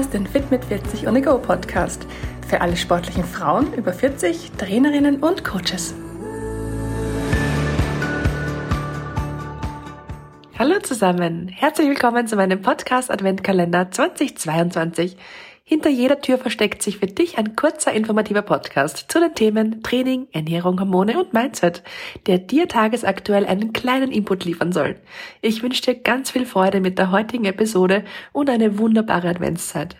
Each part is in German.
hörst den Fit mit 40 on the Go Podcast für alle sportlichen Frauen über 40, Trainerinnen und Coaches. Hallo zusammen, herzlich willkommen zu meinem Podcast Adventkalender 2022. Hinter jeder Tür versteckt sich für dich ein kurzer informativer Podcast zu den Themen Training, Ernährung, Hormone und Mindset, der dir tagesaktuell einen kleinen Input liefern soll. Ich wünsche dir ganz viel Freude mit der heutigen Episode und eine wunderbare Adventszeit.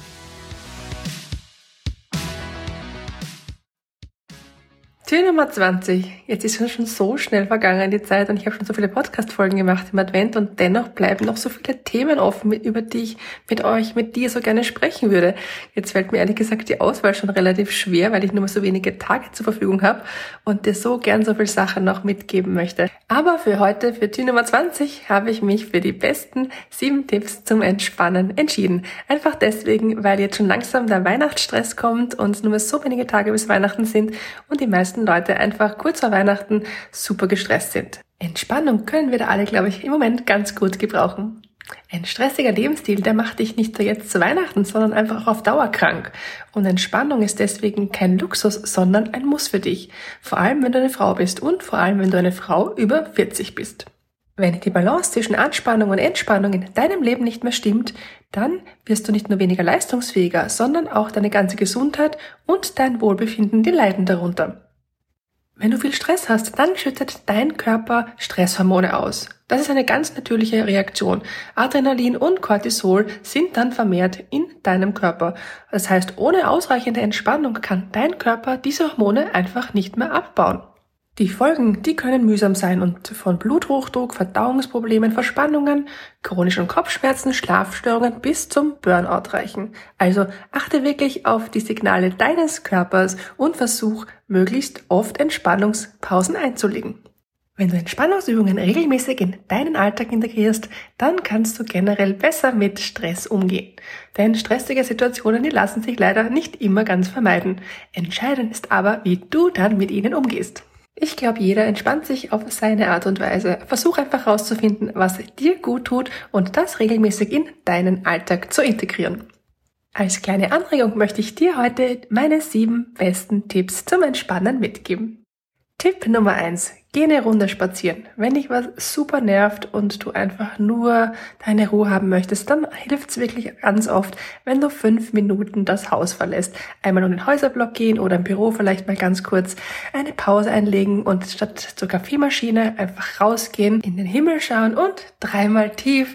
Tür Nummer 20. Jetzt ist schon so schnell vergangen die Zeit und ich habe schon so viele Podcast-Folgen gemacht im Advent und dennoch bleiben noch so viele Themen offen, über die ich mit dir so gerne sprechen würde. Jetzt fällt mir ehrlich gesagt die Auswahl schon relativ schwer, weil ich nur mal so wenige Tage zur Verfügung habe und dir so gern so viele Sachen noch mitgeben möchte. Aber für heute, für Tür Nummer 20, habe ich mich für die besten 7 Tipps zum Entspannen entschieden. Einfach deswegen, weil jetzt schon langsam der Weihnachtsstress kommt und nur mal so wenige Tage bis Weihnachten sind und die meisten Leute einfach kurz vor Weihnachten super gestresst sind. Entspannung können wir da alle, glaube ich, im Moment ganz gut gebrauchen. Ein stressiger Lebensstil, der macht dich nicht nur jetzt zu Weihnachten, sondern einfach auch auf Dauer krank. Und Entspannung ist deswegen kein Luxus, sondern ein Muss für dich. Vor allem, wenn du eine Frau bist und vor allem, wenn du eine Frau über 40 bist. Wenn die Balance zwischen Anspannung und Entspannung in deinem Leben nicht mehr stimmt, dann wirst du nicht nur weniger leistungsfähiger, sondern auch deine ganze Gesundheit und dein Wohlbefinden, die leiden darunter. Wenn du viel Stress hast, dann schüttet dein Körper Stresshormone aus. Das ist eine ganz natürliche Reaktion. Adrenalin und Cortisol sind dann vermehrt in deinem Körper. Das heißt, ohne ausreichende Entspannung kann dein Körper diese Hormone einfach nicht mehr abbauen. Die Folgen, die können mühsam sein und von Bluthochdruck, Verdauungsproblemen, Verspannungen, chronischen Kopfschmerzen, Schlafstörungen bis zum Burnout reichen. Also achte wirklich auf die Signale deines Körpers und versuch möglichst oft Entspannungspausen einzulegen. Wenn du Entspannungsübungen regelmäßig in deinen Alltag integrierst, dann kannst du generell besser mit Stress umgehen. Denn stressige Situationen, die lassen sich leider nicht immer ganz vermeiden. Entscheidend ist aber, wie du dann mit ihnen umgehst. Ich glaube, jeder entspannt sich auf seine Art und Weise. Versuch einfach herauszufinden, was dir gut tut und das regelmäßig in deinen Alltag zu integrieren. Als kleine Anregung möchte ich dir heute meine 7 besten Tipps zum Entspannen mitgeben. Tipp Nummer 1. Geh eine Runde spazieren. Wenn dich was super nervt und du einfach nur deine Ruhe haben möchtest, dann hilft's wirklich ganz oft, wenn du 5 Minuten das Haus verlässt. Einmal um den Häuserblock gehen oder im Büro vielleicht mal ganz kurz eine Pause einlegen und statt zur Kaffeemaschine einfach rausgehen, in den Himmel schauen und 3-mal tief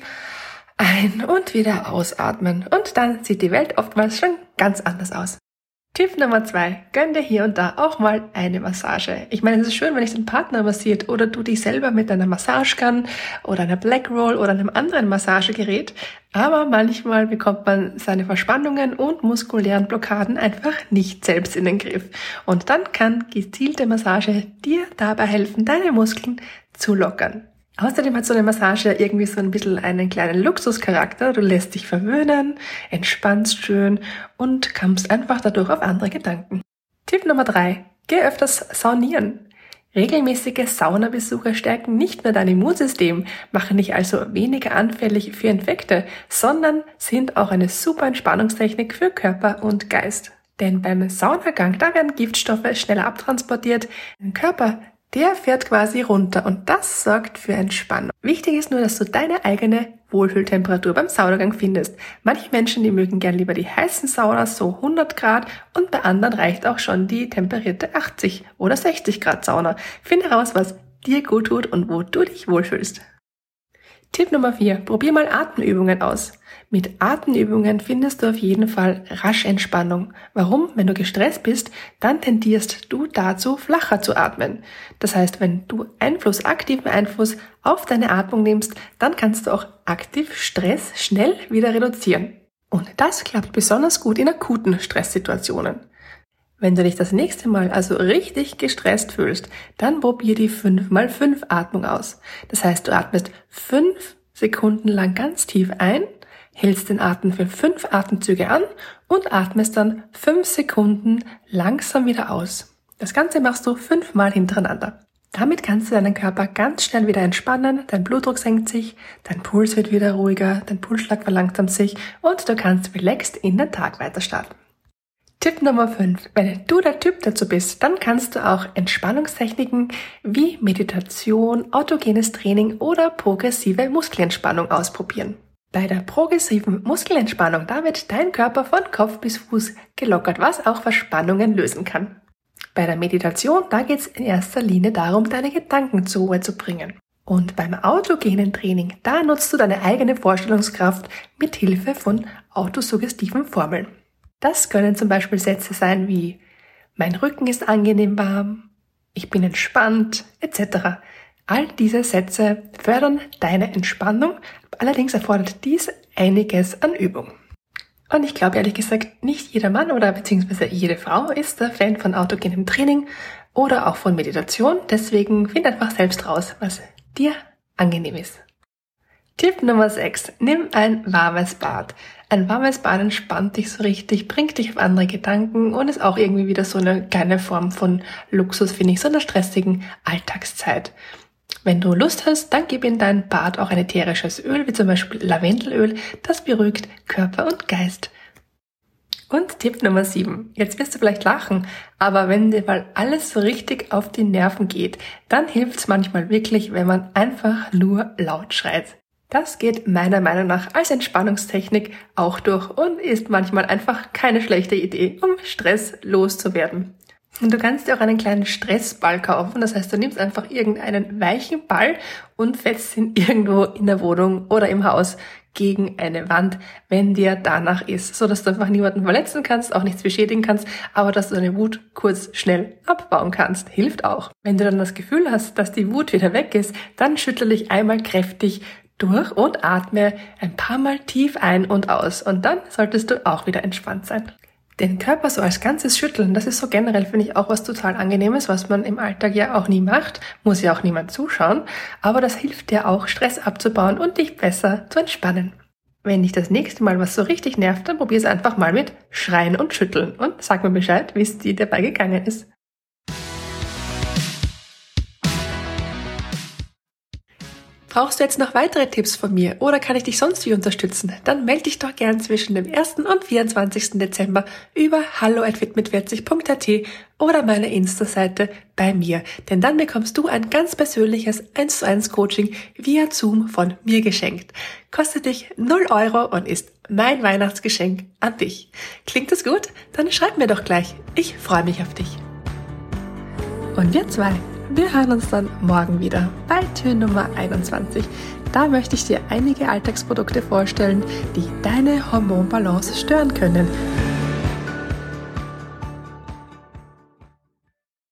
ein- und wieder ausatmen. Und dann sieht die Welt oftmals schon ganz anders aus. Tipp Nummer 2. Gönn dir hier und da auch mal eine Massage. Ich meine, es ist schön, wenn dich dein Partner massiert oder du dich selber mit einer Massagegun oder einer Black Roll oder einem anderen Massagegerät. Aber manchmal bekommt man seine Verspannungen und muskulären Blockaden einfach nicht selbst in den Griff. Und dann kann gezielte Massage dir dabei helfen, deine Muskeln zu lockern. Außerdem hat so eine Massage irgendwie so ein bisschen einen kleinen Luxuscharakter. Du lässt dich verwöhnen, entspannst schön und kommst einfach dadurch auf andere Gedanken. Tipp Nummer 3. Geh öfters saunieren. Regelmäßige Saunabesuche stärken nicht nur dein Immunsystem, machen dich also weniger anfällig für Infekte, sondern sind auch eine super Entspannungstechnik für Körper und Geist. Denn beim Saunagang, da werden Giftstoffe schneller abtransportiert. Dein Körper, der fährt quasi runter und das sorgt für Entspannung. Wichtig ist nur, dass du deine eigene Wohlfühltemperatur beim Saunagang findest. Manche Menschen, die mögen gern lieber die heißen Saunas, so 100 Grad, und bei anderen reicht auch schon die temperierte 80 oder 60 Grad Sauna. Finde heraus, was dir gut tut und wo du dich wohlfühlst. Tipp Nummer 4. Probier mal Atemübungen aus. Mit Atemübungen findest du auf jeden Fall rasch Entspannung. Warum? Wenn du gestresst bist, dann tendierst du dazu, flacher zu atmen. Das heißt, wenn du aktiven Einfluss auf deine Atmung nimmst, dann kannst du auch aktiv Stress schnell wieder reduzieren. Und das klappt besonders gut in akuten Stresssituationen. Wenn du dich das nächste Mal also richtig gestresst fühlst, dann probier die 5x5 Atmung aus. Das heißt, du atmest 5 Sekunden lang ganz tief ein, hältst den Atem für 5 Atemzüge an und atmest dann 5 Sekunden langsam wieder aus. Das Ganze machst du 5-mal hintereinander. Damit kannst du deinen Körper ganz schnell wieder entspannen, dein Blutdruck senkt sich, dein Puls wird wieder ruhiger, dein Pulsschlag verlangsamt sich und du kannst relaxed in den Tag weiter starten. Tipp Nummer 5. Wenn du der Typ dazu bist, dann kannst du auch Entspannungstechniken wie Meditation, autogenes Training oder progressive Muskelentspannung ausprobieren. Bei der progressiven Muskelentspannung, da wird dein Körper von Kopf bis Fuß gelockert, was auch Verspannungen lösen kann. Bei der Meditation, da geht es in erster Linie darum, deine Gedanken zur Ruhe zu bringen. Und beim autogenen Training, da nutzt du deine eigene Vorstellungskraft mit Hilfe von autosuggestiven Formeln. Das können zum Beispiel Sätze sein wie mein Rücken ist angenehm warm, ich bin entspannt, etc. All diese Sätze fördern deine Entspannung, allerdings erfordert dies einiges an Übung. Und ich glaube ehrlich gesagt, nicht jeder Mann oder beziehungsweise jede Frau ist der Fan von autogenem Training oder auch von Meditation. Deswegen find einfach selbst raus, was dir angenehm ist. Tipp Nummer 6. Nimm ein warmes Bad. Ein warmes Bad entspannt dich so richtig, bringt dich auf andere Gedanken und ist auch irgendwie wieder so eine kleine Form von Luxus, finde ich, so einer stressigen Alltagszeit. Wenn du Lust hast, dann gib in dein Bad auch ein ätherisches Öl, wie zum Beispiel Lavendelöl. Das beruhigt Körper und Geist. Und Tipp Nummer 7. Jetzt wirst du vielleicht lachen, aber wenn dir mal alles so richtig auf die Nerven geht, dann hilft es manchmal wirklich, wenn man einfach nur laut schreit. Das geht meiner Meinung nach als Entspannungstechnik auch durch und ist manchmal einfach keine schlechte Idee, um Stress loszuwerden. Und du kannst dir auch einen kleinen Stressball kaufen. Das heißt, du nimmst einfach irgendeinen weichen Ball und fetzt ihn irgendwo in der Wohnung oder im Haus gegen eine Wand, wenn dir danach ist. So dass du einfach niemanden verletzen kannst, auch nichts beschädigen kannst, aber dass du deine Wut kurz schnell abbauen kannst. Hilft auch. Wenn du dann das Gefühl hast, dass die Wut wieder weg ist, dann schüttle dich einmal kräftig durch und atme ein paar Mal tief ein und aus. Und dann solltest du auch wieder entspannt sein. Den Körper so als Ganzes schütteln, das ist so generell, finde ich, auch was total Angenehmes, was man im Alltag ja auch nie macht, muss ja auch niemand zuschauen, aber das hilft dir auch, Stress abzubauen und dich besser zu entspannen. Wenn dich das nächste Mal was so richtig nervt, dann probier es einfach mal mit Schreien und Schütteln und sag mir Bescheid, wie es dir dabei gegangen ist. Brauchst du jetzt noch weitere Tipps von mir oder kann ich dich sonst wie unterstützen? Dann melde dich doch gern zwischen dem 1. und 24. Dezember über hallo@fitmit40.at oder meiner Insta-Seite bei mir. Denn dann bekommst du ein ganz persönliches 1:1 Coaching via Zoom von mir geschenkt. Kostet dich 0 € und ist mein Weihnachtsgeschenk an dich. Klingt das gut? Dann schreib mir doch gleich. Ich freue mich auf dich. Und wir zwei, wir hören uns dann morgen wieder bei Tür Nummer 21. Da möchte ich dir einige Alltagsprodukte vorstellen, die deine Hormonbalance stören können.